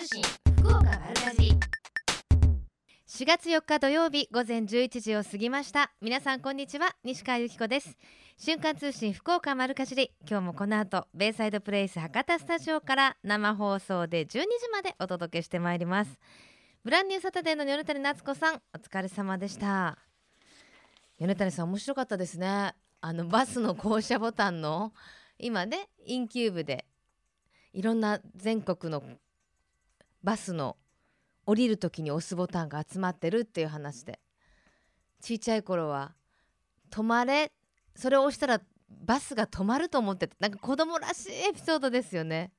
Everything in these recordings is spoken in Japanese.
信福岡丸かじり。4月4日土曜日午前11時を過ぎました。皆さんこんにちは、西川由紀子です。瞬間通信福岡丸かじり、今日もこの後ベイサイドプレイス博多スタジオから生放送で12時までお届けしてまいります。ブランニューサタデーの米谷夏子さん、お疲れ様でした。米谷さん面白かったですね。バスの降車ボタンの今ね、インキューブでいろんな全国のバスの降りる時に押すボタンが集まってるっていう話で、ちっちゃい頃は止まれ、それを押したらバスが止まると思ってて、なんか子供らしいエピソードですよね。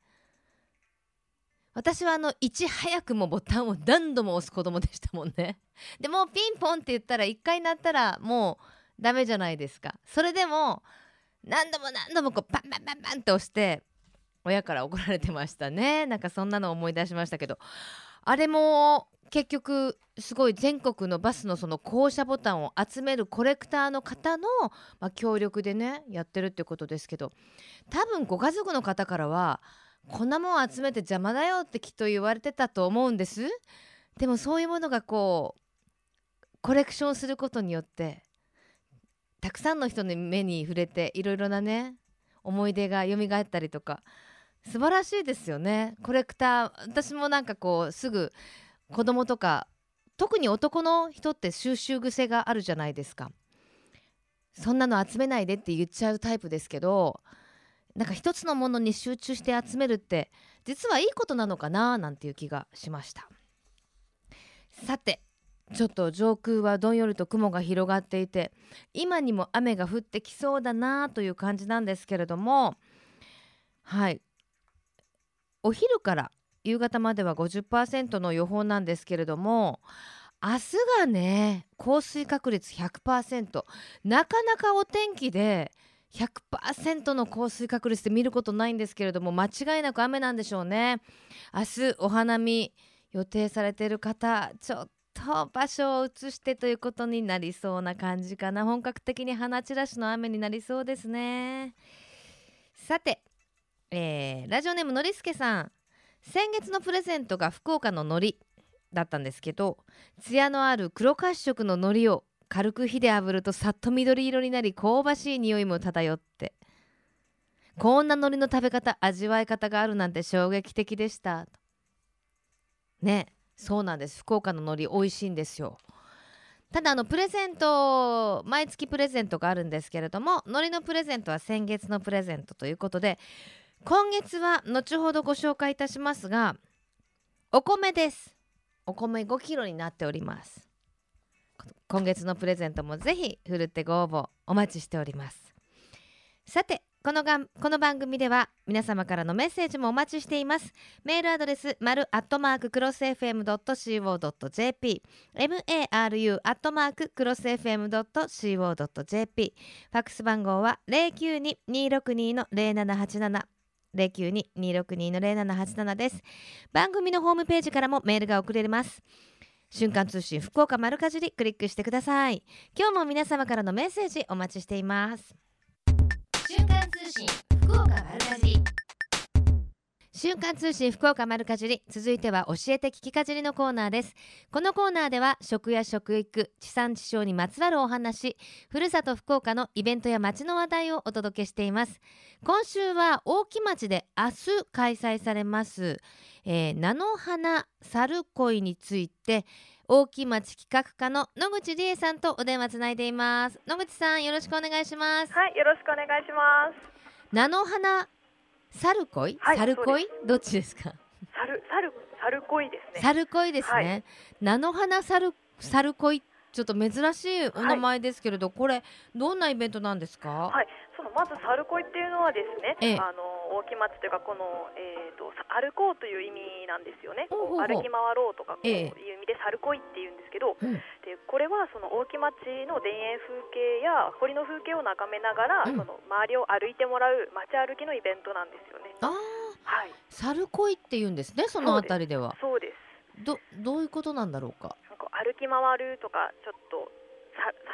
私はいち早くもボタンを何度も押す子供でしたもんね。でもピンポンって言ったら1回鳴ったらもうダメじゃないですか。それでも何度もこうパンパンパンパンって押して親から怒られてましたね。なんかそんなの思い出しましたけど、あれも結局すごい全国のバスのその降車ボタンを集めるコレクターの方の、協力でねやってるってことですけど、多分ご家族の方からはこんなもん集めて邪魔だよってきっと言われてたと思うんです。でもそういうものがこうコレクションすることによってたくさんの人の目に触れて、いろいろなね思い出が蘇ったりとか、素晴らしいですよね。コレクター、私もなんかこうすぐ子供とか、特に男の人って収集癖があるじゃないですか。そんなの集めないでって言っちゃうタイプですけど、なんか一つのものに集中して集めるって実はいいことなのかななんていう気がしました。さて、ちょっと上空はどんよりと雲が広がっていて、今にも雨が降ってきそうだなという感じなんですけれども、はい、お昼から夕方までは 50% の予報なんですけれども、明日がね降水確率 100%、 なかなかお天気で 100% の降水確率って見ることないんですけれども、間違いなく雨なんでしょうね。明日お花見予定されている方、ちょっと場所を移してということになりそうな感じかな。本格的に花散らしの雨になりそうですね。さて、ラジオネームのりすけさん、先月のプレゼントが福岡の海苔だったんですけど、艶のある黒褐色の海苔を軽く火で炙るとさっと緑色になり、香ばしい匂いも漂って、こんな海苔の食べ方、味わい方があるなんて衝撃的でしたね。そうなんです、福岡の海苔美味しいんですよ。ただプレゼント、毎月プレゼントがあるんですけれども、海苔のプレゼントは先月のプレゼントということで、今月は後ほどご紹介いたしますが、お米です。お米5キロになっております。今月のプレゼントもぜひふるってご応募お待ちしております。さて、この番組では皆様からのメッセージもお待ちしています。メールアドレスmaru@crossfm.co.jp、 maru@crossfm.co.jp、 ファックス番号は 092-262-0787、 092-262-0787 です。番組のホームページからもメールが送れます。瞬間通信福岡丸かじり、クリックしてください。今日も皆様からのメッセージお待ちしています。 瞬間通信福岡丸かじり。 瞬間通信福岡丸かじり、続いては教えて聞きかじりのコーナーです。このコーナーでは食や食育、地産地消にまつわるお話、ふるさと福岡のイベントや街の話題をお届けしています。今週は大木町で明日開催されます、菜の花猿恋について、大木町企画課の野口理恵さんとお電話つないでいます。野口さん、よろしくお願いします。 はい、よろしくお願いします。 菜の花猿恋、 はい、 猿恋、どっちですか？ 猿恋ですね。 猿恋ですね、はい、菜の花猿恋、ちょっと珍しいお名前ですけれど、はい、これどんなイベントなんですか？ はい、まず猿恋っていうのはですね、大木町というかこの、歩こうという意味なんですよね。歩き回ろうとかこういう意味で猿恋っていうんですけど、でこれはその大木町の田園風景や堀の風景を眺めながら、その周りを歩いてもらう街歩きのイベントなんですよね。 はい、猿恋っていうんですね、そのあたりでは。 そうです。どういうことなんだろうか。 なんか歩き回るとか、ちょっと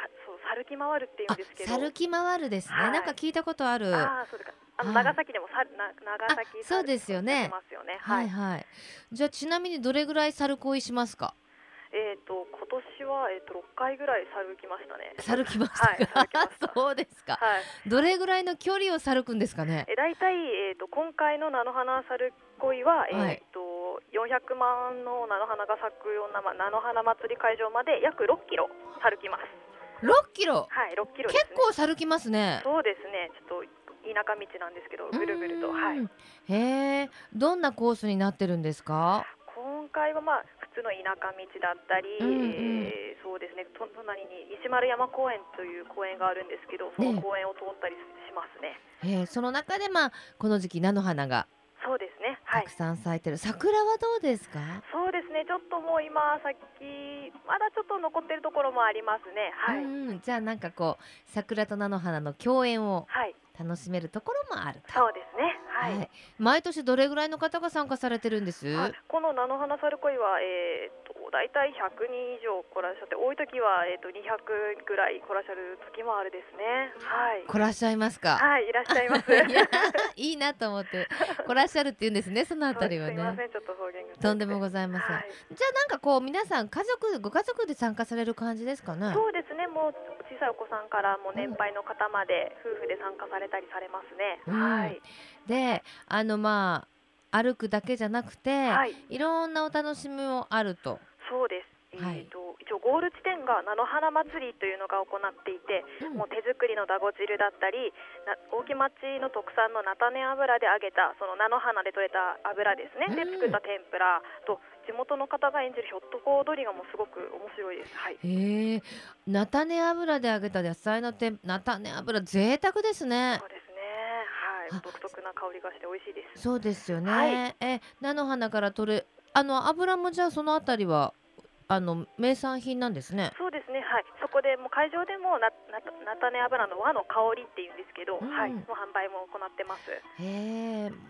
猿木回るっていうんですけど。 猿木回るですね、なんか聞いたことある。 そうですか。長崎でも長崎そうですよね。はいはい。じゃあちなみにどれぐらい猿恋しますか？ 今年は、6回ぐらい猿きましたね。 猿きましたか？そうですか。どれぐらいの距離を猿くんですかね？ だいたい、今回の菜の花猿恋は、400万の菜の花が咲くような、菜の花祭り会場まで約6キロ歩きます。 6キロ？ はい、6キロですね。 結構歩きますね。 そうですね。ちょっと田舎道なんですけど、ぐるぐると。 へえ、どんなコースになってるんですか？ 今回は普通の田舎道だったり、そうですね、隣に西丸山公園という公園があるんですけど、その公園を通ったりしますね。 その中でこの時期菜の花がそうですね、 たくさん咲いてる。桜はどうですか？ そうですね、ちょっともう今さっきまだちょっと残ってるところもありますね。 じゃあなんかこう桜と菜の花の共演を楽しめるところもあると。 そうですね。 毎年どれぐらいの方が参加されてるんです？ この菜の花猿恋は、だいたい100人以上来らっしゃって、多い時は、200ぐらい来らっしゃる時もあるですね。 来らっしゃいますか？ いらっしゃいます。 いいなと思って来らっしゃるって言うんですね、そのあたりはね。 すいません、ちょっと方言がとんでもございません。じゃあなんかこう皆さんご家族で参加される感じですかね？ そうですね、もう小さいお子さんからもう年配の方まで夫婦で参加されたりされますね。 で歩くだけじゃなくて、いろんなお楽しみもあると。 そうです。一応ゴール地点が菜の花祭りというのが行っていて、もう手作りのだご汁だったり、大木町の特産の菜種油で揚げたその菜の花で採れた油ですね、で作った天ぷらと、地元の方が演じるひょっとこ踊りがもうすごく面白いです。 菜種油で揚げた野菜の菜種油、贅沢ですね。 そうですね。独特な香りがして美味しいです。 そうですよね。菜の花から取る油もじゃあそのあたりは名産品なんですね。 そうですね。そこでもう会場でも菜種油の和の香りっていうんですけど、もう販売も行ってます。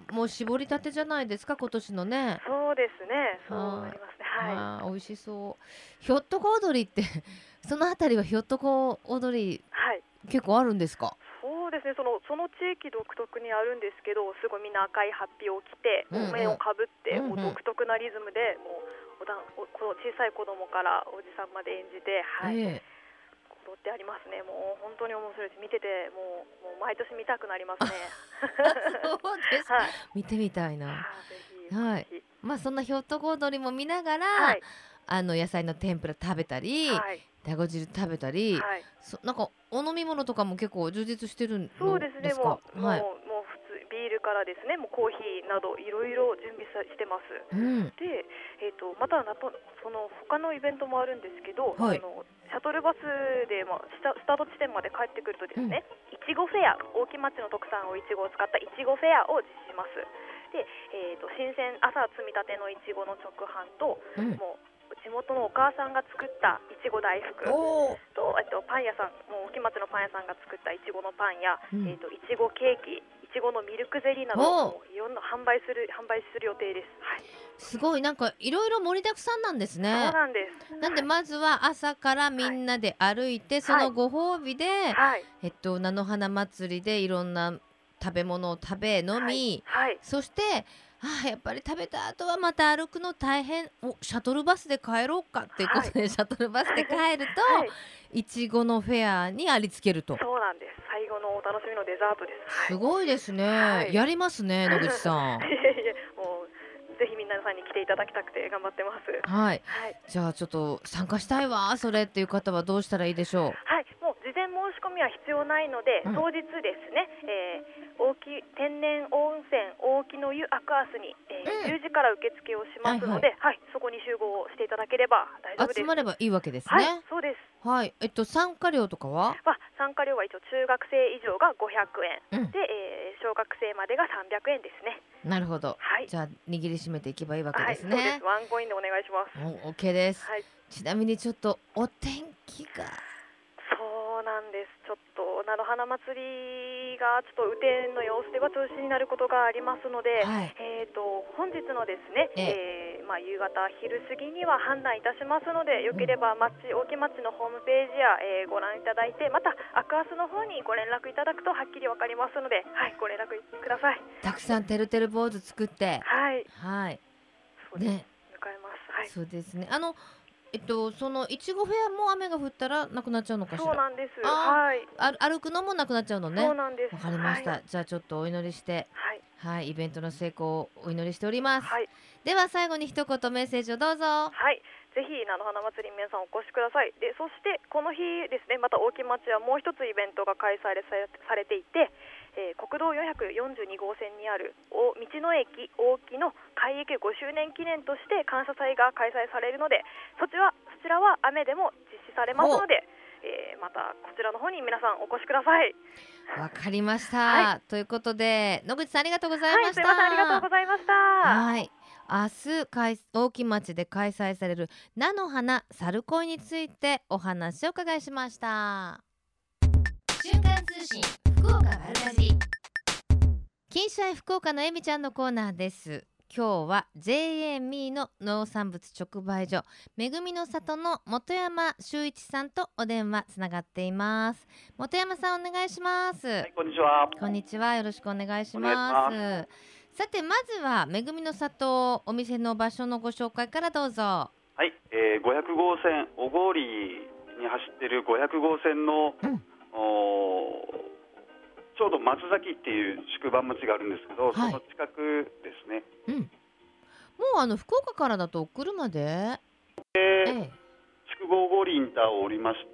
もう絞りたてじゃないですか、今年のね。 そうですね。そうありますね。 美味しそう。ひょっとこ踊りってそのあたりはひょっとこ踊り、結構あるんですか？ そうですね、その地域独特にあるんですけど、すごいみんな赤いハッピーを着て、面をかぶって、もう独特なリズムでもう小さい子供からおじさんまで演じて、踊ってありますね。もう本当に面白いです。見ててもう毎年見たくなりますね。 そうですか。見てみたいな。そんなひょっとこ踊りも見ながら、野菜の天ぷら食べたり、だご汁食べたり、なんかお飲み物とかも結構充実してるんですか？ そうですね。もう普通ビールからですね、もうコーヒーなどいろいろ準備してます。で、またその他のイベントもあるんですけど、シャトルバスでスタート地点まで帰ってくるとですね、いちごフェア、大木町の特産をいちごを使ったいちごフェアを実施します。で、新鮮朝摘みたてのいちごの直販と、もう地元のお母さんが作ったいちご大福と、パン屋さん、もう大木町のパン屋さんが作ったいちごのパンや、いちごケーキ、いちごのミルクゼリーなどいろんな販売する予定です。 すごい、なんかいろいろ盛りだくさんなんですね。 そうなんです。 なんでまずは朝からみんなで歩いて、そのご褒美で、菜の花祭りでいろんな食べ物を食べ飲み、そしてやっぱり食べた後はまた歩くの大変、シャトルバスで帰ろうかっていうことで、シャトルバスで帰ると、いちごのフェアにありつけると。 そうなんです。最後のお楽しみのデザートです。 すごいですね。やりますね、野口さん。 もうぜひ皆さんに来ていただきたくて頑張ってます。 じゃあちょっと参加したいわそれっていう方はどうしたらいいでしょう？ もう事前申し込みは必要ないので、当日ですね、天然温泉大木の湯アクアスに、10時から受付をしますので、そこに集合していただければ大丈夫です。 集まればいいわけですね。 そうです。 参加料とかは？ 参加料は一応中学生以上が500円、で、小学生までが300円ですね。 なるほど。じゃあ握りしめていけばいいわけですね。 そうです。ワンコインでお願いします。 OK です。ちなみにちょっとお天気がそうなんです。ちょっと菜の花祭りがちょっと雨天の様子では中止になることがありますので、 はい、 本日のですね、夕方昼過ぎには判断いたしますので、よければ大木町のホームページや、ご覧いただいて、またアクアスの方にご連絡いただくとはっきりわかりますので、はい、ご連絡ください。 たくさんてるてる坊主作って、 はい、 はい、 そうです、 ね、 迎えます。はい、 そうですね。そのいちごフェアも雨が降ったらなくなっちゃうのかしら。 そうなんです。はい、 歩くのもなくなっちゃうのね。 そうなんです。 わかりました、 はい、 じゃあちょっとお祈りして、 はい、 はい、イベントの成功をお祈りしております。 はい、 では最後に一言メッセージをどうぞ。 はい、ぜひ菜の花祭り皆さんお越しください。で、そしてこの日ですね、また大木町はもう一つイベントが開催されていて、国道442号線にある道の駅大木の開駅5周年記念として感謝祭が開催されるので、そちらは雨でも実施されますので、またこちらの方に皆さんお越しください。 わかりました、 はい、 ということで野口さんありがとうございました。 はい、すいません、ありがとうございました。 はい、明日大木町で開催される菜の花猿恋についてお話を伺いしました。 瞬間通信福岡丸かじり。 金シャイ福岡のえみちゃんのコーナーです。今日は JA ミーの農産物直売所めぐみの里の本山修一さんとお電話つながっています。本山さんお願いします。 はい、こんにちは。 こんにちは、よろしくお願いします。さてまずはめぐみの里お店の場所のご紹介からどうぞ。 はい、500号線小郡に走っている500号線の、ちょうど松崎っていう宿場町があるんですけど、その近くですね。 もう福岡からだとお車で、 筑後小郡インターを降りまして、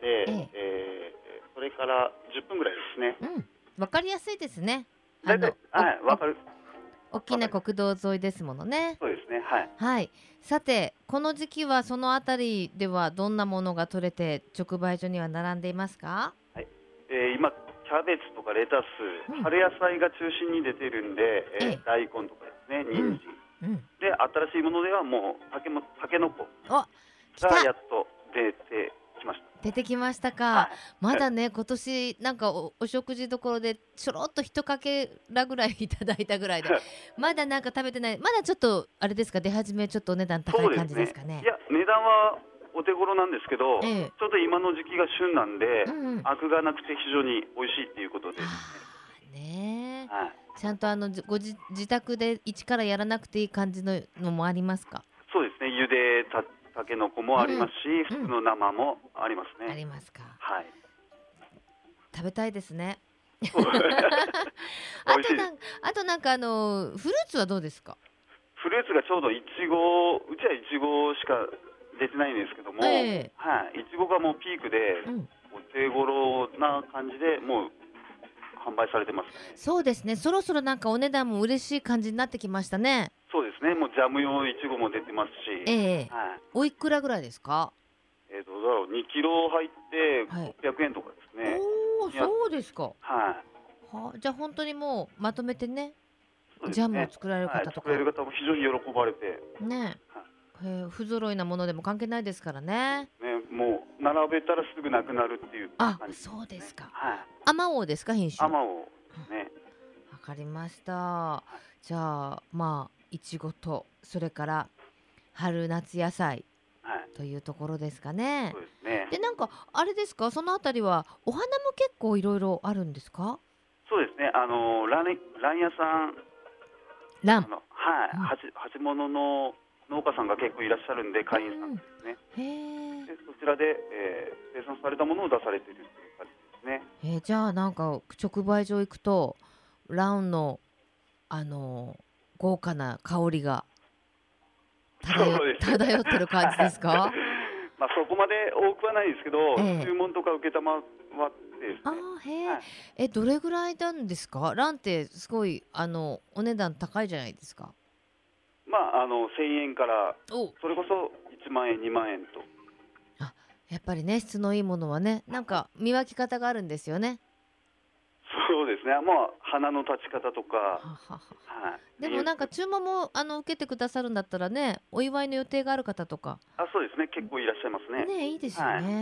それから10分ぐらいですね。 わかりやすいですね。 はい、わかる。 大きな国道沿いですものね。 そうですね。はい。 はい。さてこの時期はそのあたりではどんなものが取れて直売所には並んでいますか？ はい。今キャベツとかレタス、春野菜が中心に出てるんで、大根とかですね、人参、で新しいものではもうたけのこがやっと出てきました。 出てきましたか。まだね今年なんか お食事どころでちょろっと一かけらぐらいいただいたぐらいでまだなんか食べてない。まだちょっとあれですか、出始めちょっとお値段高い感じですかね。 いや値段はお手頃なんですけど、ちょうど今の時期が旬なんで、アクがなくて非常に美味しいっていうことですね。ちゃんとご自宅で一からやらなくていい感じのもありますか？ そうですね、茹でたけのこもありますし、普通の生もありますね。 ありますか。 はい。 食べたいですね。 美味しいです。 あとなんかフルーツはどうですか？ フルーツがちょうどうちはいちごしか出てないんですけども、はい、いちごがもうピークで、お手頃な感じでもう販売されてますね。 そうですね、そろそろなんかお値段も嬉しい感じになってきましたね。 そうですね、もうジャム用いちごも出てますし、 おいくらぐらいですか ？2キロ入って600円とかですね。 おー、そうですか。 はい。 じゃあ本当にもうまとめてね、ジャムを作られる方とか、 作られる方も非常に喜ばれてね、不揃いなものでも関係ないですからね。 もう並べたらすぐなくなるっていう感じですね。 そうですか。あまおうですか、品種。 あまおうね。 わかりました。じゃあいちごとそれから春夏野菜というところですかね。 そうですね。 でなんかあれですか、そのあたりはお花も結構いろいろあるんですか？ そうですね。ラン屋さん、鉢物の農家さんが結構いらっしゃるんで、会員さんですね。でそちらで、生産されたものを出されているという感じですね。 じゃあなんか直売所行くとランの豪華な香りが漂ってる感じですか？ そこまで多くはないですけど、注文とか受けたまわってですね。 どれぐらいなんですか？ランってすごいお値段高いじゃないですか。 1000円からそれこそ1万円2万円と。 やっぱりね、質のいいものはね、なんか見分け方があるんですよね。 そうですね。花の立ち方とか。 でもなんか注文も受けてくださるんだったらね、お祝いの予定がある方とか。 そうですね。結構いらっしゃいますね。 いいですよね。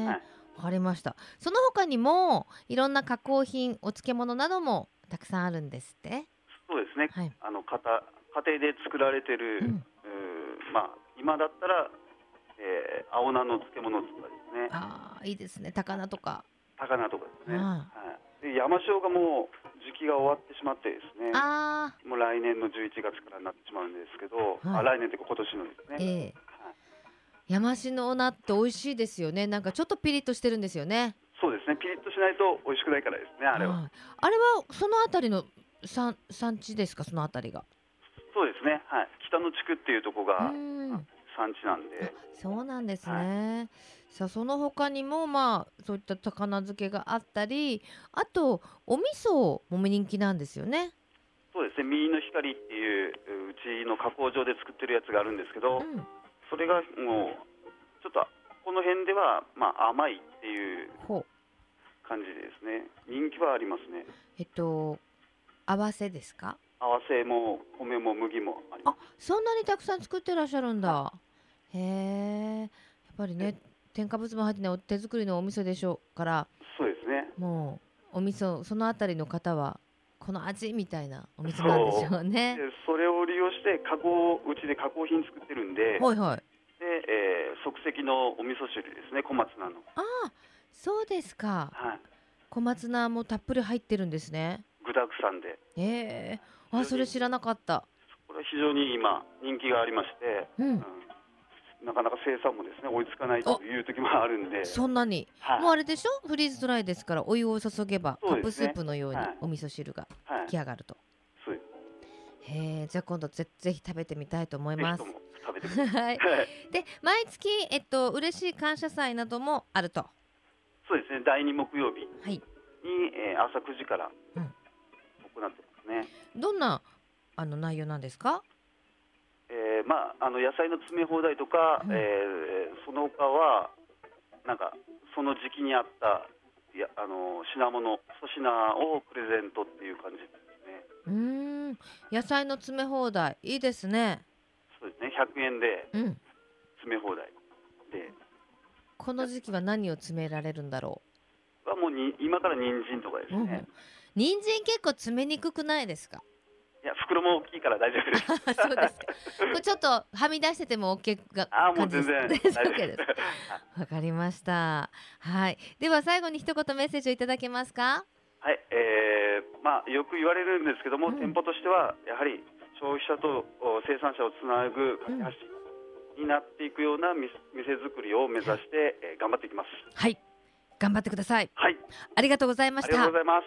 わかりました。その他にもいろんな加工品、お漬物などもたくさんあるんですって。 そうですね、 はい、 家庭で作られてる、今だったら、青菜の漬物とかですね。 いいですね。高菜とかですね。で山椒がもう時期が終わってしまってですね、もう来年の11月からになってしまうんですけど、来年というか今年のですね、 山椒菜って美味しいですよね。なんかちょっとピリッとしてるんですよね。 そうですね、ピリッとしないと美味しくないからですね。あれはそのあたりの産地ですか？そのあたりが。 そうですね、はい、北の地区っていうところが産地なんで。 そうなんですね。さあその他にもそういった高菜漬けがあったり、あとお味噌も人気なんですよね。 そうですね、右の光っていううちの加工場で作ってるやつがあるんですけど、それがもうちょっとこの辺では甘いっていう感じでですね、人気はありますね。 合わせですか？ 合わせも米も麦もあります。 そんなにたくさん作ってらっしゃるんだ。へえ。やっぱりね、添加物も入ってない手作りのお味噌でしょうから。 そうですね。 もうお味噌、そのあたりの方はこの味みたいなお味噌なんでしょうね。 それを利用してうちで加工品作ってるんで、で、即席のお味噌汁ですね、小松菜の。 そうですか。小松菜もたっぷり入ってるんですね。 具だくさんで。 それ知らなかった。 これ非常に今人気がありまして、なかなか生産もですね追いつかないという時もあるんで。そんなに、もうあれでしょ、フリーズドライですからお湯を注げばカップスープのようにお味噌汁が出来上がると。 そうです。 じゃあ今度ぜひ食べてみたいと思います。 ぜひとも食べてください。 で毎月嬉しい感謝祭などもあると。 そうですね、第2木曜日に、朝9時から行ってますね。 どんな内容なんですか？ 野菜の詰め放題とか、その他はなんかその時期にあった品物、粗品をプレゼントっていう感じですね。 野菜の詰め放題いいですね。 そうですね、100円で詰め放題で。 この時期は何を詰められるんだろう。もう今から人参とかですね。 人参結構詰めにくくないですか？ いや、袋も大きいから大丈夫です。 そうですか。これちょっとはみ出してても OK がもう全然大丈夫です。 わかりました。はい。では最後に一言メッセージをいただけますか？ はい。よく言われるんですけども、店舗としてはやはり消費者と生産者をつなぐ架け橋になっていくような店作りを目指して、頑張っていきます。 はい。頑張ってください。 はい。 ありがとうございました。 ありがとうございます。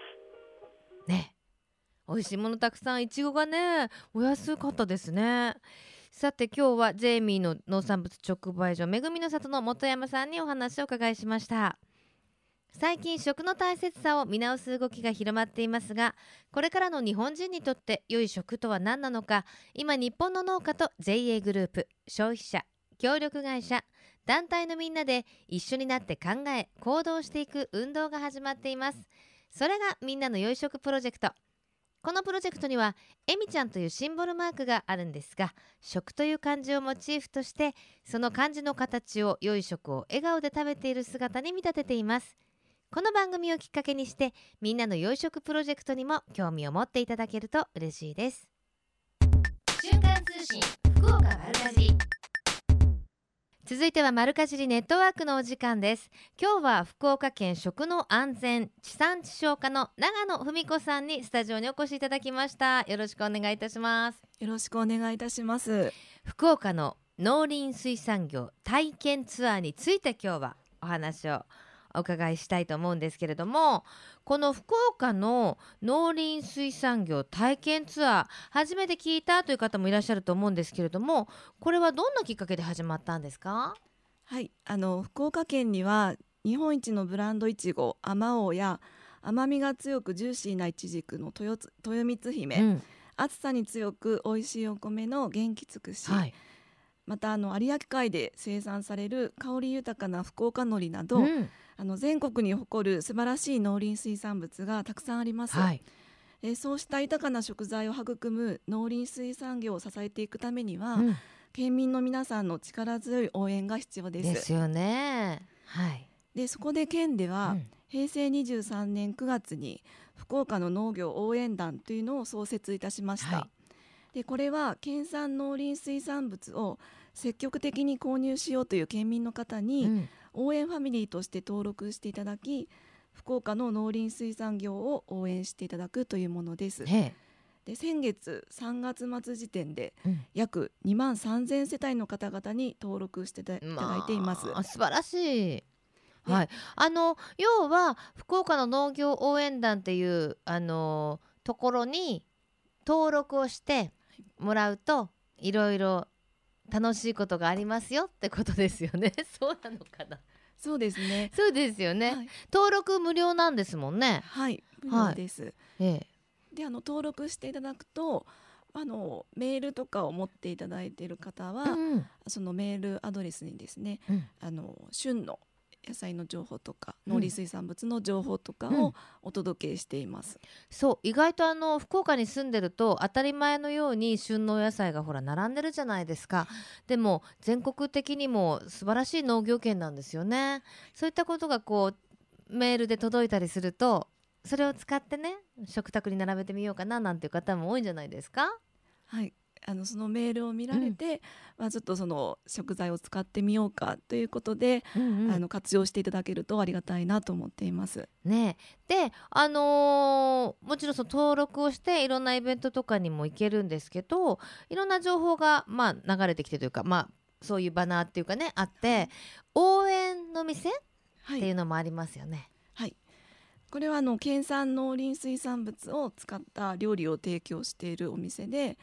ね。美味しいものたくさん、いちごがねお安かったですね。さて今日はジェイミーの農産物直売所めぐみの里の本山さんにお話を伺いしました。最近食の大切さを見直す動きが広まっていますが、これからの日本人にとって良い食とは何なのか、今日本の農家と JA グループ、消費者、協力会社、団体のみんなで一緒になって考え行動していく運動が始まっています。それがみんなの良い食プロジェクト。このプロジェクトにはえみちゃんというシンボルマークがあるんですが、食という漢字をモチーフとしてその漢字の形を良い食を笑顔で食べている姿に見立てています。この番組をきっかけにしてみんなの良い食プロジェクトにも興味を持っていただけると嬉しいです。 瞬間通信福岡丸かじり。 続いては丸かじりネットワークのお時間です。今日は福岡県食の安全地産地消課の長野文子さんにスタジオにお越しいただきました。よろしくお願いいたします。 よろしくお願いいたします。 福岡の農林水産業体験ツアーについて今日はお話をお伺いしたいと思うんですけれども、この福岡の農林水産業体験ツアー初めて聞いたという方もいらっしゃると思うんですけれども、これはどんなきっかけで始まったんですか？ はい、福岡県には日本一のブランドいちごあまおうや甘みが強くジューシーないちじくの豊光姫、暑さに強く美味しいお米の元気つくし、また有明海で生産される香り豊かな福岡のりなど、全国に誇る素晴らしい農林水産物がたくさんあります。そうした豊かな食材を育む農林水産業を支えていくためには、県民の皆さんの力強い応援が必要です。 ですよね。 でそこで県では、平成23年9月に福岡の農業応援団というのを創設いたしました。でこれは県産農林水産物を積極的に購入しようという県民の方に、応援ファミリーとして登録していただき、福岡の農林水産業を応援していただくというものです。で先月3月末時点で、約2万3000世帯の方々に登録していただいています。 素晴らしい。要は福岡の農業応援団っていうところに登録をしてもらうと、いろいろ楽しいことがありますよってことですよね。そうなのかな。 そうですね。 そうですよね。登録無料なんですもんね。 はい、無料です。で登録していただくと、メールとかを持っていただいている方は、そのメールアドレスにですね、旬の野菜の情報とか農林水産物の情報とかをお届けしています。 そう、意外と福岡に住んでると当たり前のように旬の野菜がほら並んでるじゃないですか。でも全国的にも素晴らしい農業圏なんですよね。そういったことがメールで届いたりすると、それを使ってね、食卓に並べてみようかななんていう方も多いんじゃないですか。 はい、そのメールを見られて、ちょっとその食材を使ってみようかということで、活用していただけるとありがたいなと思っています。 ね、で、もちろんその登録をしていろんなイベントとかにも行けるんですけど、いろんな情報が流れてきてというか、そういうバナーっていうかねあって、応援の店っていうのもありますよね。 はい、これは県産農林水産物を使った料理を提供しているお店で、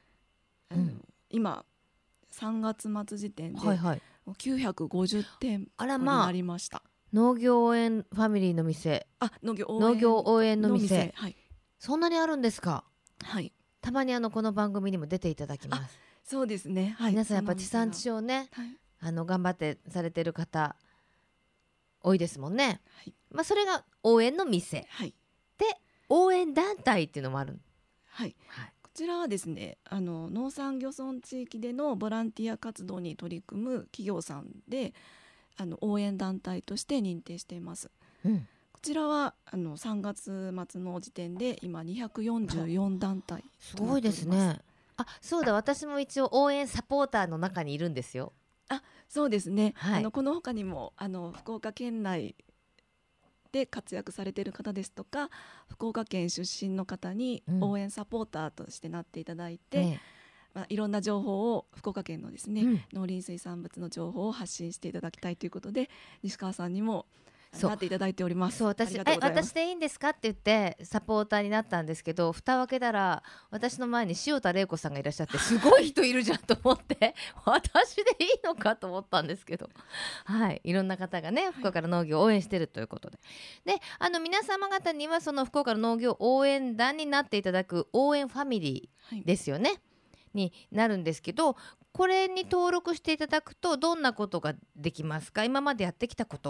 今3月末時点で950店舗になりました。 農業応援ファミリーの店、農業応援の店、そんなにあるんですか。 はい、 たまにこの番組にも出ていただきます。 そうですね、 皆さんやっぱ地産地消ね、頑張ってされてる方多いですもんね。それが応援の店、で応援団体っていうのもある。 こちらはですね、農産漁村地域でのボランティア活動に取り組む企業さんで、応援団体として認定しています。こちらは3月末の時点で今244団体。 すごいですね。そうだ、私も一応応援サポーターの中にいるんですよ。 そうですね、この他にも福岡県内で活躍されている方ですとか、福岡県出身の方に応援サポーターとしてなっていただいて、いろんな情報を福岡県のですね、農林水産物の情報を発信していただきたいということで、西川さんにもなっていただいております。 私でいいんですかって言ってサポーターになったんですけど、蓋を開けたら私の前に塩田玲子さんがいらっしゃって、すごい人いるじゃんと思って私でいいのかと思ったんですけど、いろんな方がね福岡の農業を応援してるということで、皆様方にはその福岡の農業応援団になっていただく応援ファミリーですよね、になるんですけど、これに登録していただくとどんなことができますか。今までやってきたこと。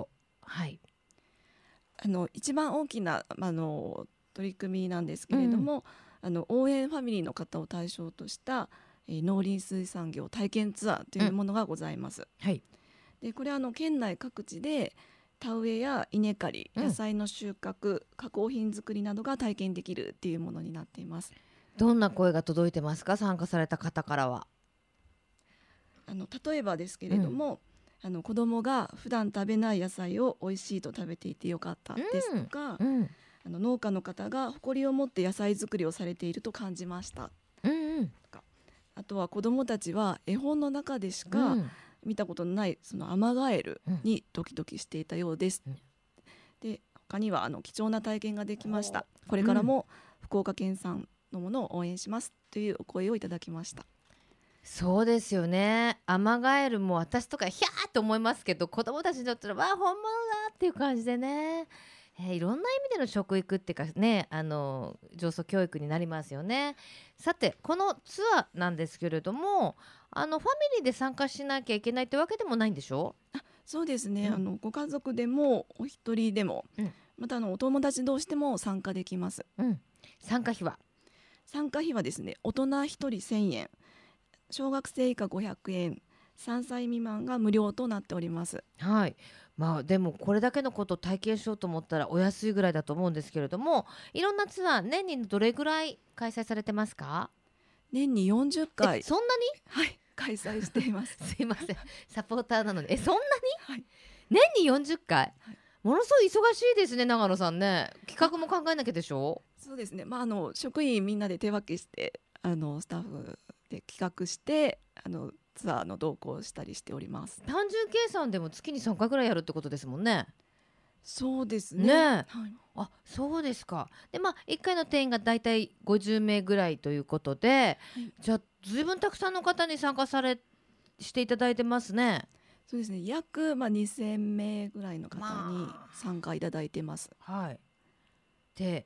一番大きな取り組みなんですけれども、応援ファミリーの方を対象とした農林水産業体験ツアーというものがございます。でこれは県内各地で田植えや稲刈り、野菜の収穫、加工品作りなどが体験できるっていうものになっています。 どんな声が届いてますか、参加された方からは。 例えばですけれども、子供が普段食べない野菜を美味しいと食べていてよかったですとか、農家の方が誇りを持って野菜作りをされていると感じました、とか、あとは子供たちは絵本の中でしか見たことのないそのアマガエルにドキドキしていたようです、で他には貴重な体験ができました、これからも福岡県産のものを応援しますというお声をいただきました。 そうですよね。アマガエルも私とかヒャーと思いますけど、子供たちにとっては本物だっていう感じでね、いろんな意味での食育っていうかね、上層教育になりますよね。さてこのツアーなんですけれども、ファミリーで参加しなきゃいけないってわけでもないんでしょ。 そうですね、ご家族でもお一人でも、またお友達同士でも参加できます、 参加費はですね、大人1人1000円、小学生以下500円、 3歳未満が無料となっております。 はい。でもこれだけのことを体験しようと思ったらお安いぐらいだと思うんですけれども、いろんなツアー年にどれぐらい開催されてますか？ 年に40回。 そんなに？ はい、開催していますすいません、サポーターなのにそんなに、 はい、 年に40回、はい、ものすごい忙しいですね長野さんね。企画も考えなきゃでしょ？ そうですね、職員みんなで手分けしてスタッフで企画してツアーの同行をしたりしております。 単純計算でも月に3回ぐらいやるってことですもんね。 そうですね。はい、 あ、そうですか。で1回の定員がだいたい50名ぐらいということで、はい、じゃあずいぶんたくさんの方に参加していただいてますね。 そうですね、約2000名ぐらいの方に参加いただいてます。 はい。で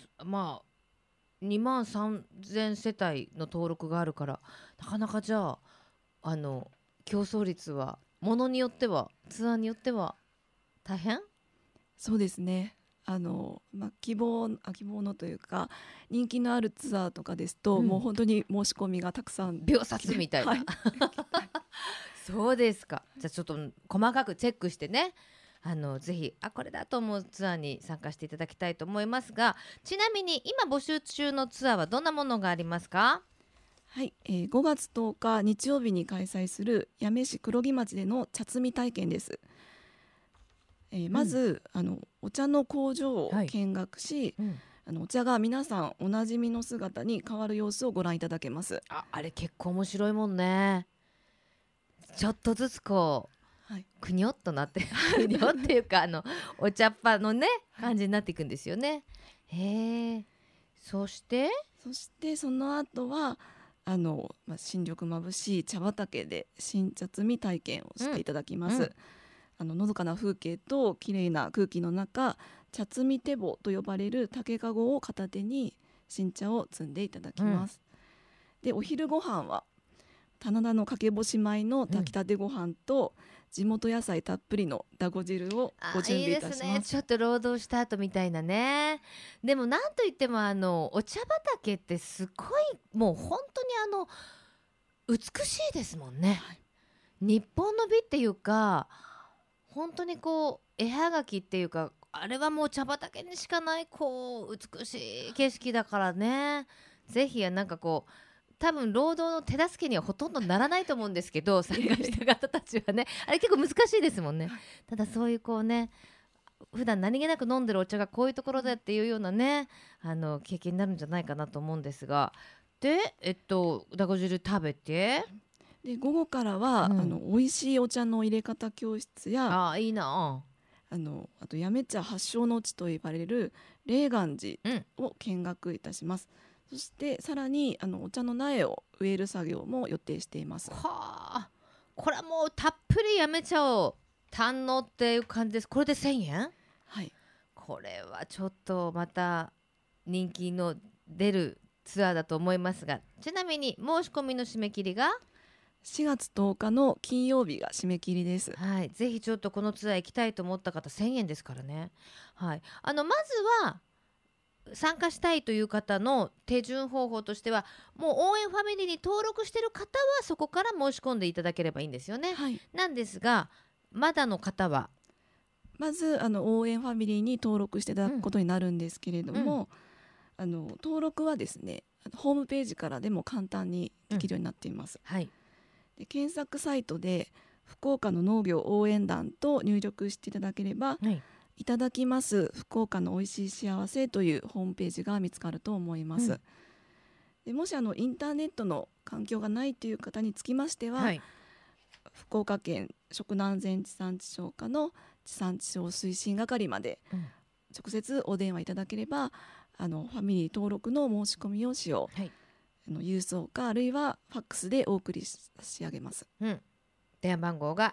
2万3000世帯の登録があるから、なかなかじゃあ競争率はものによってはツアーによっては大変？ そうですね、希望のというか人気のあるツアーとかですと、もう本当に申し込みがたくさん秒殺みたいな、はい、そうですか。じゃあちょっと細かくチェックしてね、ぜひこれだと思うツアーに参加していただきたいと思いますが、ちなみに今募集中のツアーはどんなものがありますか？ はい、5月10日日曜日に開催する八女市黒木町での茶摘み体験です。まず、お茶の工場を見学し、お茶が皆さんおなじみの姿に変わる様子をご覧いただけます。 あれ結構面白いもんね。ちょっとずつくにょっとなってくにょっていうかお茶っ葉のね感じになっていくんですよね。へえ。そしてその後は新緑まぶしい茶畑で新茶摘み体験をしていただきます。のどかな風景と綺麗な空気の中、茶摘み手棒と呼ばれる竹かごを片手に新茶を摘んでいただきます。でお昼ご飯は棚田のかけ干し米の炊きたてご飯と、地元野菜たっぷりのだご汁をご準備いたします。 いいですね。ちょっと労働した後みたいなね。でもなんといってもお茶畑ってすごいもう本当に美しいですもんね。はい、日本の美っていうか本当に絵はがきっていうか、あれはもう茶畑にしかない美しい景色だからね。ぜひ多分労働の手助けにはほとんどならないと思うんですけど、参加した方たちはねあれ結構難しいですもんね。ただそういう普段何気なく飲んでるお茶がこういうところでっていうようなね経験になるんじゃないかなと思うんですが、でだご汁食べて、 で午後からは、美味しいお茶の入れ方教室や、 いいなあと八女茶発祥の地と言われる霊岩寺を見学いたします。そしてさらにお茶の苗を植える作業も予定しています。 はあ、これはもうたっぷり八女茶を堪能っていう感じです。これで1000円？ はい。 これはちょっとまた人気の出るツアーだと思いますが、ちなみに申し込みの締め切りが 4月10日の金曜日が締め切りです。 はい、ぜひちょっとこのツアー行きたいと思った方1000円ですからね。はい、まずは参加したいという方の手順方法としては、もう応援ファミリーに登録している方はそこから申し込んでいただければいいんですよね。 はい、 なんですがまだの方はまず応援ファミリーに登録していただくことになるんですけれども、登録はですねホームページからでも簡単にできるようになっています。 はい、 で検索サイトで福岡の農業応援団と入力していただければ、いただきます福岡のおいしい幸せというホームページが見つかると思います。でもしインターネットの環境がないという方につきましては、福岡県食の安全地産地消課の地産地消推進係まで直接お電話いただければファミリー登録の申し込み用紙を、郵送かあるいはファックスでお送り差し上げます。 電話番号が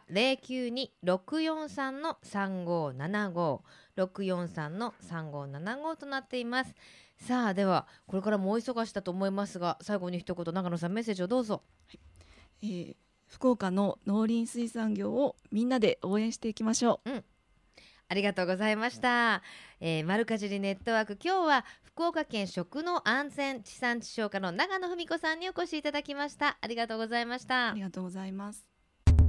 092-643-3575 643-3575となっています。さあではこれからもお忙しだと思いますが、最後に一言長野さんメッセージをどうぞ。 福岡の農林水産業をみんなで応援していきましょう。 ありがとうございました。まるかじりネットワーク、今日は福岡県食の安全地産地消課の長野文子さんにお越しいただきました。ありがとうございました。 ありがとうございます。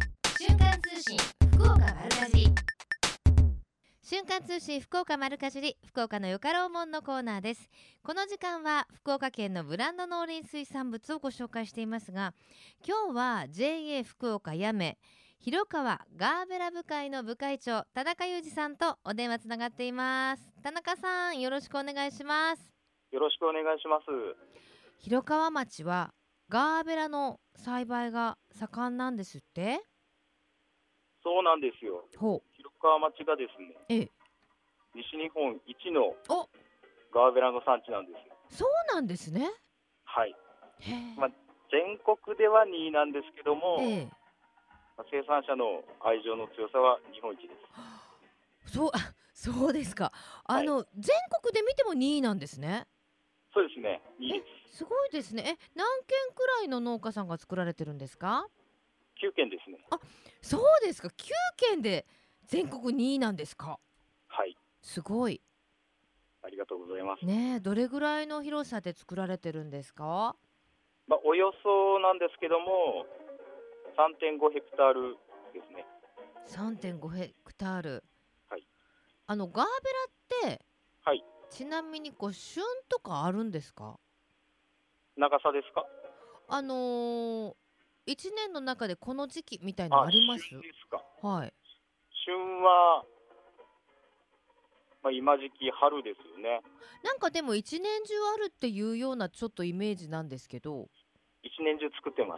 間通信福岡丸かじり。 瞬間通信福岡丸かじり、福岡のよかろうもんのコーナーです。この時間は福岡県のブランド農林水産物をご紹介していますが、今日は JA 福岡八女広川ガーベラ部会の部会長田中裕二さんとお電話つながっています。田中さん、よろしくお願いします。 よろしくお願いします。 広川町はガーベラの栽培が盛んなんですって？ そうなんですよ。広川町がですね、西日本一のガーベラの産地なんです。 そうなんですね。 はい。全国では2位なんですけども、生産者の愛情の強さは日本一です。 そうですか。全国で見ても2位なんですね。 そうですね、2位です。 すごいですね。何軒くらいの農家さんが作られてるんですか ？9軒ですね。 そうですか。9軒で全国2位なんですか？ はい。 すごい。 ありがとうございます。 ねえ、どれぐらいの広さで作られてるんですか？ およそなんですけども 3.5 ヘクタールですね。 3.5 ヘクタール。 はい。 ガーベラって、 はい。 ちなみに旬とかあるんですか？ 長さですか ？1年の中でこの時期みたいなのあります？ 旬ですか。 はい。 旬は、今時期春ですよね。 なんかでも一年中あるっていうようなちょっとイメージなんですけど。 一年中作ってます。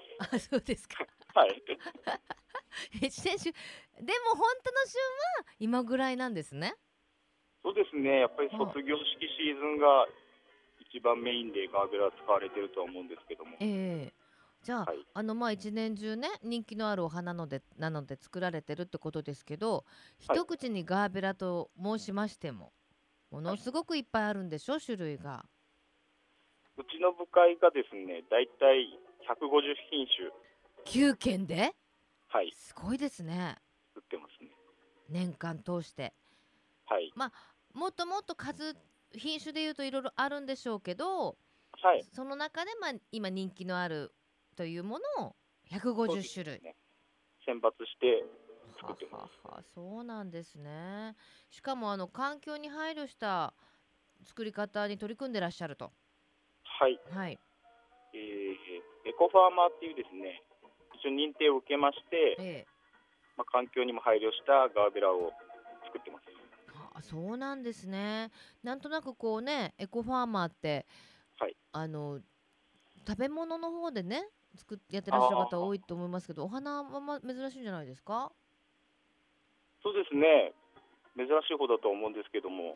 そうですか。 はい。 一年中。でも本当の旬は今ぐらいなんですね。 そうですね。やっぱり卒業式シーズンが一番メインでガーベラ使われてるとは思うんですけども。 じゃあ、一年中ね、人気のあるお花なので作られてるってことですけど、一口にガーベラと申しましてもものすごくいっぱいあるんでしょ、種類が。 うちの部会がですね、だいたい150品種。 9軒で？ はい。 すごいですね。 作ってますね。 年間通して。 はい。 もっともっと品種でいうといろいろあるんでしょうけど、 はい。 その中で今人気のあるというものを150種類、 選抜して作ってます。 そうなんですね。しかも環境に配慮した作り方に取り組んでらっしゃると。 はい。 はい。 エコファーマーっていうですね、一応認定を受けまして、環境にも配慮したガーベラを作ってます。 そうなんですね。なんとなくこうね、エコファーマーって、食べ物の方でねやってらっしゃる方多いと思いますけど、お花は珍しいんじゃないですか？ そうですね、珍しい方だと思うんですけども。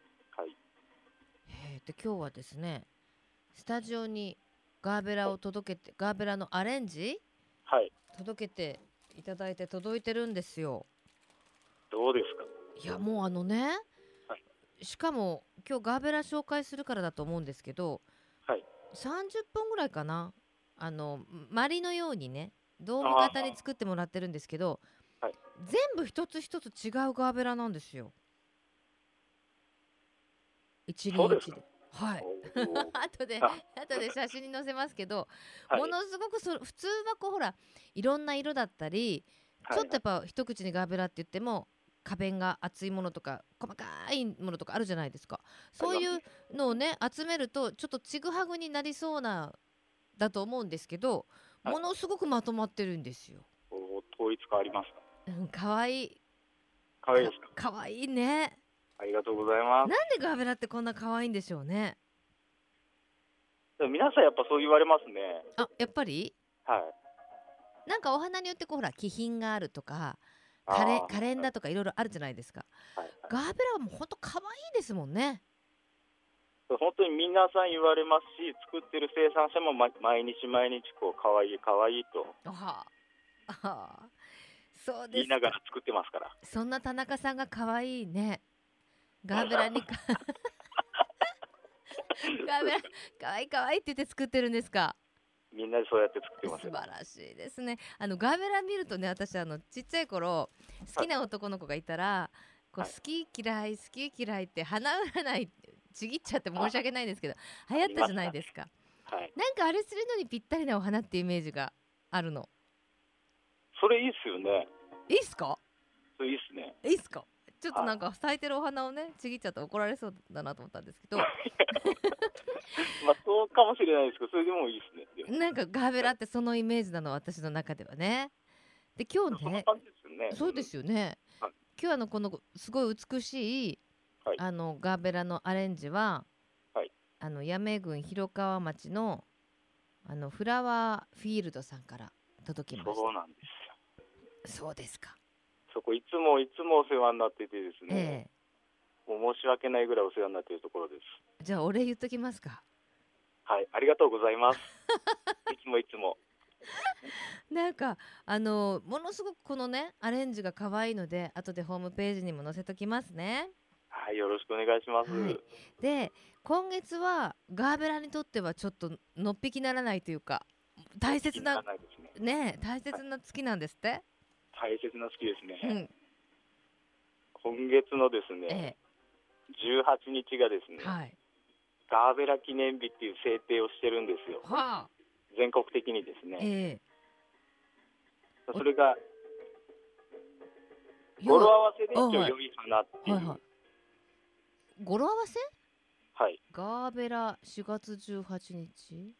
で今日はですね、スタジオにガーベラを届けて、ガーベラのアレンジ、届けていただいて届いてるんですよ。どうですか？いやもうしかも今日ガーベラ紹介するからだと思うんですけど、30分ぐらいかな、マリのようにね、ドーム型に作ってもらってるんですけど、全部一つ一つ違うガーベラなんですよ。一輪一輪。後で写真に載せますけど、ものすごく普通はほらいろんな色だったり、ちょっとやっぱ一口にガーベラって言っても花弁が厚いものとか細かいものとかあるじゃないですか。そういうのをね集めるとちょっとちぐはぐになりそうなだと思うんですけど、ものすごくまとまってるんですよ。 統一感ありますか？ かわいい。 かわいいですか？ かわいいね。 ありがとうございます。 なんでガーベラってこんなかわいいんでしょうね。 でも皆さんやっぱそう言われますね。 やっぱり？なんかお花によってほら気品があるとか可憐だとかいろいろあるじゃないですか。ガーベラはもうほんとかわいいですもんね。 本当に皆さん言われますし、作ってる生産者も毎日毎日こうかわいいかわいいとそうです言いながら作ってますから。 そんな田中さんがかわいいね。ガーベラにガーベラかわいいかわいいって言って作ってるんですか？ みんなでそうやって作ってます。 素晴らしいですね。ガーベラ見るとね、私ちっちゃい頃好きな男の子がいたら、好き嫌いって花占いちぎっちゃって申し訳ないんですけど流行ったじゃないですか。なんかあれするのにぴったりなお花っていうイメージがあるの。 それいいっすよね。 いいっすか？ そういいっすね。 いいっすか？ちょっとなんか咲いてるお花をねちぎっちゃって怒られそうだなと思ったんですけどまあそうかもしれないですけど、それでもいいですね。 なんかガーベラってそのイメージなの、私の中ではね。で今日ね、そうですよね、はい、今日このすごい美しい、はい、ガーベラのアレンジは、はい、八女郡広川町のフラワーフィールドさんから届きました。 そうなんですよ。そうですか。 そこいつもお世話になっててですね、もう申し訳ないぐらいお世話になっているところです。 じゃあお礼言っときますか。 はい、ありがとうございますいつもなんかものすごくこのねアレンジが可愛いので、後でホームページにも載せときますね。 はい、よろしくお願いします、はい、 で今月はガーベラにとってはちょっとのっぴきならないというか大切なね、大切な月なんですって、はい、 大切な月ですね、今月のですね、18日がですね、はい、ガーベラ記念日っていう制定をしてるんですよ、はあ、全国的にですね、それが語呂合わせで一応良い花っていう、はいはい、 語呂合わせ、 はい、 ガーベラ4月18日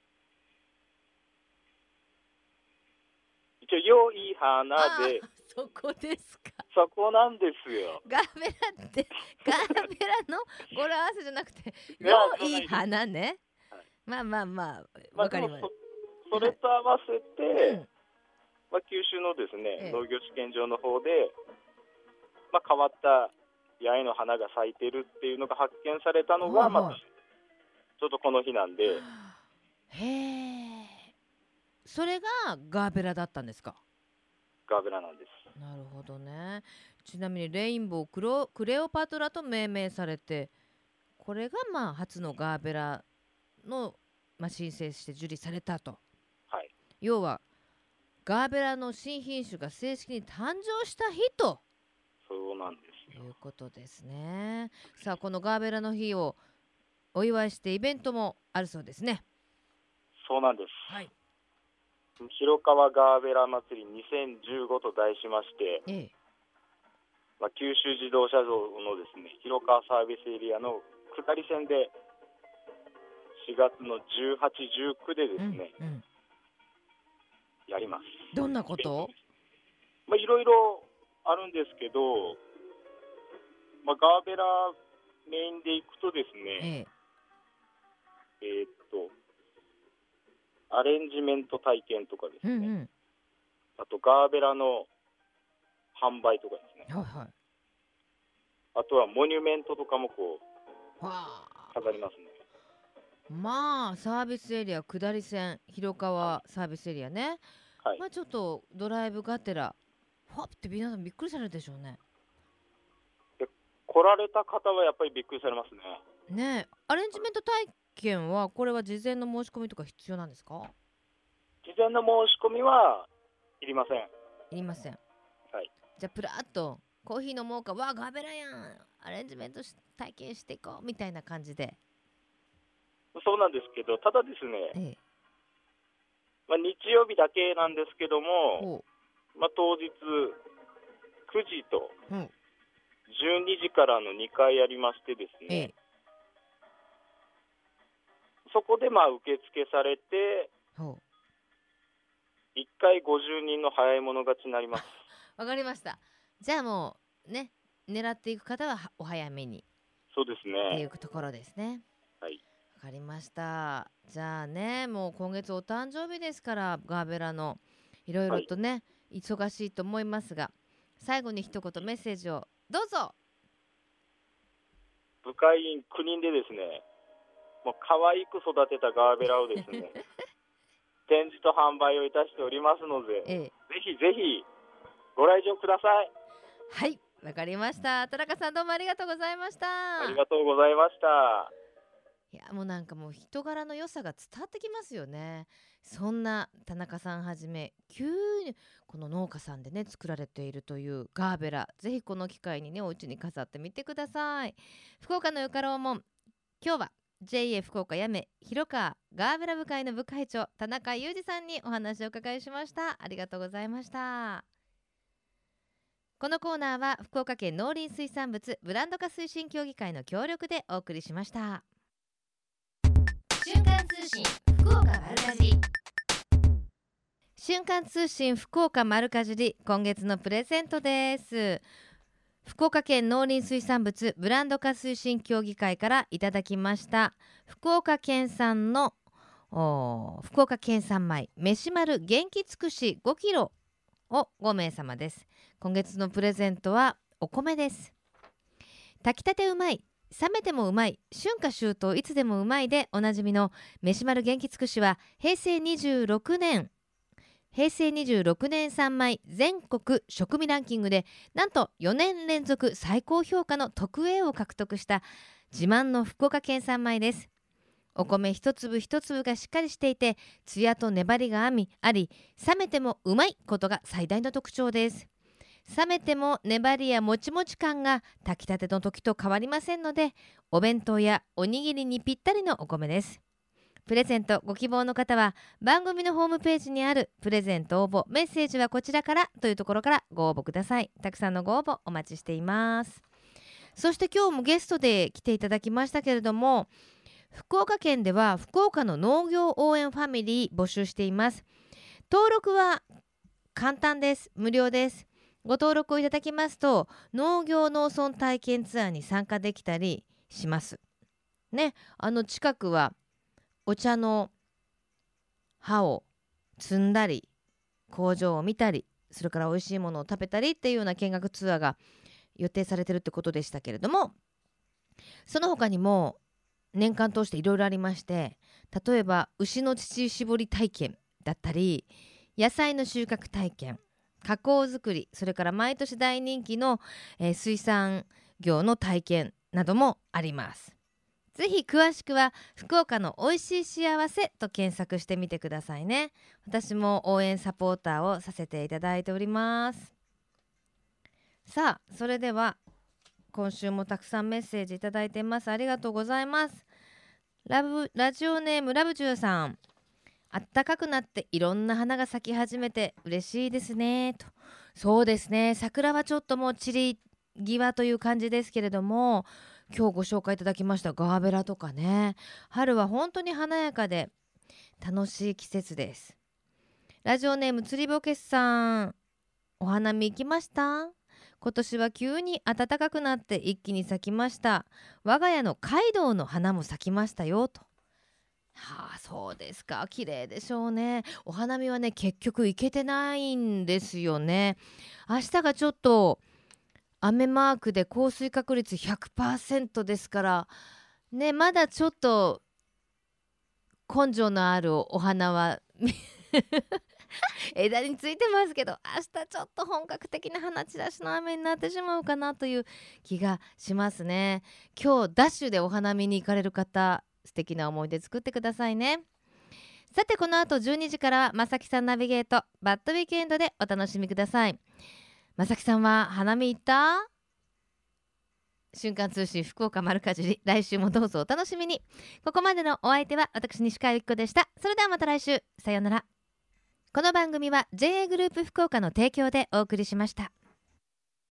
一応良い花で、 そこですか。 そこなんですよ。 ガーベラってガーベラの語呂合わせじゃなくて良い花ね、はい、まあわかります。 それと合わせて、九州のですね、農業試験場の方で、変わった八重の花が咲いてるっていうのが発見されたのが、ちょっとこの日なんで。 へえ。それがガーベラだったんですか？ ガーベラなんです。 なるほどね。ちなみにレインボークレオパトラと命名されて、これが初のガーベラの、申請して受理されたと、はい、要はガーベラの新品種が正式に誕生した日と、 そうなんですよ、 いうことですね。さあこのガーベラの日をお祝いしてイベントもあるそうですね。 そうなんです、 はい、 広川ガーベラ祭り2015と題しまして、九州自動車道のですね広川サービスエリアの下り線で4月の18、19でですね、やります。 どんなこと？ いろいろあるんですけど、ガーベラメインでいくとですね、アレンジメント体験とかですね、あとガーベラの販売とかですね、はいはい、あとはモニュメントとかも飾りますね。 サービスエリア下り線広川サービスエリアね、はい、ちょっとドライブがてらファって皆さんびっくりされるでしょうね。 来られた方はやっぱりびっくりされますね。 ねえ、アレンジメント体験はこれは事前の申し込みとか必要なんですか？ 事前の申し込みはいりません。 いりません。 はい。 じゃあプラッとコーヒー飲もうか、ガーベラやん、アレンジメント体験していこうみたいな感じで。 そうなんですけど、ただですね、日曜日だけなんですけども、当日9時と12時からの2回ありましてですね、そこで受付されて1回50人の早い者勝ちになります。 わかりました。じゃあもうね、狙っていく方はお早めに。 そうですね。 っていうところですね。 はい。 わかりました。じゃあね、もう今月お誕生日ですから、ガーベラのいろいろとね、忙しいと思いますが、最後に一言メッセージをどうぞ。 部会員9人でですね、もう可愛く育てたガーベラをですね展示と販売をいたしておりますので、ぜひぜひご来場ください。 はい、わかりました。田中さんどうもありがとうございました。 ありがとうございました。 いやもう人柄の良さが伝わってきますよね。そんな田中さんはじめ急にこの農家さんでね作られているというガーベラ、ぜひこの機会にねお家に飾ってみてください。福岡のよかろうもん、今日は JA 福岡八女広川ガーベラ部会の部会長田中裕二さんにお話をお伺いしました。ありがとうございました。 このコーナーは福岡県農林水産物ブランド化推進協議会の協力でお送りしました。 瞬間通信福岡丸かじり。 瞬間通信福岡丸かじり、今月のプレゼントです。福岡県農林水産物ブランド化推進協議会からいただきました福岡県産の福岡県産米飯丸元気つくし5キロを5名様です。今月のプレゼントはお米です。炊きたてうまい、冷めてもうまい、春夏秋冬いつでもうまいでおなじみの飯丸元気つくしは平成26年産米全国食味ランキングでなんと4年連続最高評価の特 A を獲得した自慢の福岡県産米です。お米一粒一粒がしっかりしていてツヤと粘りがあり冷めてもうまいことが最大の特徴です。冷めても粘りやもちもち感が炊きたての時と変わりませんのでお弁当やおにぎりにぴったりのお米です。プレゼントご希望の方は番組のホームページにあるプレゼント応募メッセージはこちらからというところからご応募ください。たくさんのご応募お待ちしています。そして今日もゲストで来ていただきましたけれども、福岡県では福岡の農業応援ファミリー募集しています。登録は簡単です。無料です。ご登録をいただきますと農業農村体験ツアーに参加できたりしますね。近くはお茶の葉を摘んだり工場を見たりそれから美味しいものを食べたりっていうような見学ツアーが予定されてるってことでしたけれども、その他にも年間通していろいろありまして、例えば牛の乳搾り体験だったり野菜の収穫体験、加工作り、それから毎年大人気の、水産業の体験などもあります。ぜひ詳しくは福岡のおいしい幸せと検索してみてくださいね。私も応援サポーターをさせていただいております。さあそれでは今週もたくさんメッセージいただいています。ありがとうございます。ラジオネームラブジューさん、あったかくなっていろんな花が咲き始めて嬉しいですねと。そうですね、桜はちょっともう散り際という感じですけれども、今日ご紹介いただきましたガーベラとかね、春は本当に華やかで楽しい季節です。ラジオネーム釣りぼけさん、お花見行きました？今年は急に暖かくなって一気に咲きました。我が家の街道の花も咲きましたよと。はあ、そうですか。綺麗でしょうね。お花見はね結局行けてないんですよね。明日がちょっと雨マークで降水確率 100% ですからね、まだちょっと根性のあるお花は枝についてますけど、明日ちょっと本格的な花散らしの雨になってしまうかなという気がしますね。今日ダッシュでお花見に行かれる方、素敵な思い出作ってくださいね。さてこの後12時からはまさきさんナビゲートバッドウィークエンドでお楽しみください。まさきさんは花見行った？瞬間通信福岡丸かじり、来週もどうぞお楽しみに。ここまでのお相手は私西川由紀子でした。それではまた来週、さようなら。この番組は JA グループ福岡の提供でお送りしました。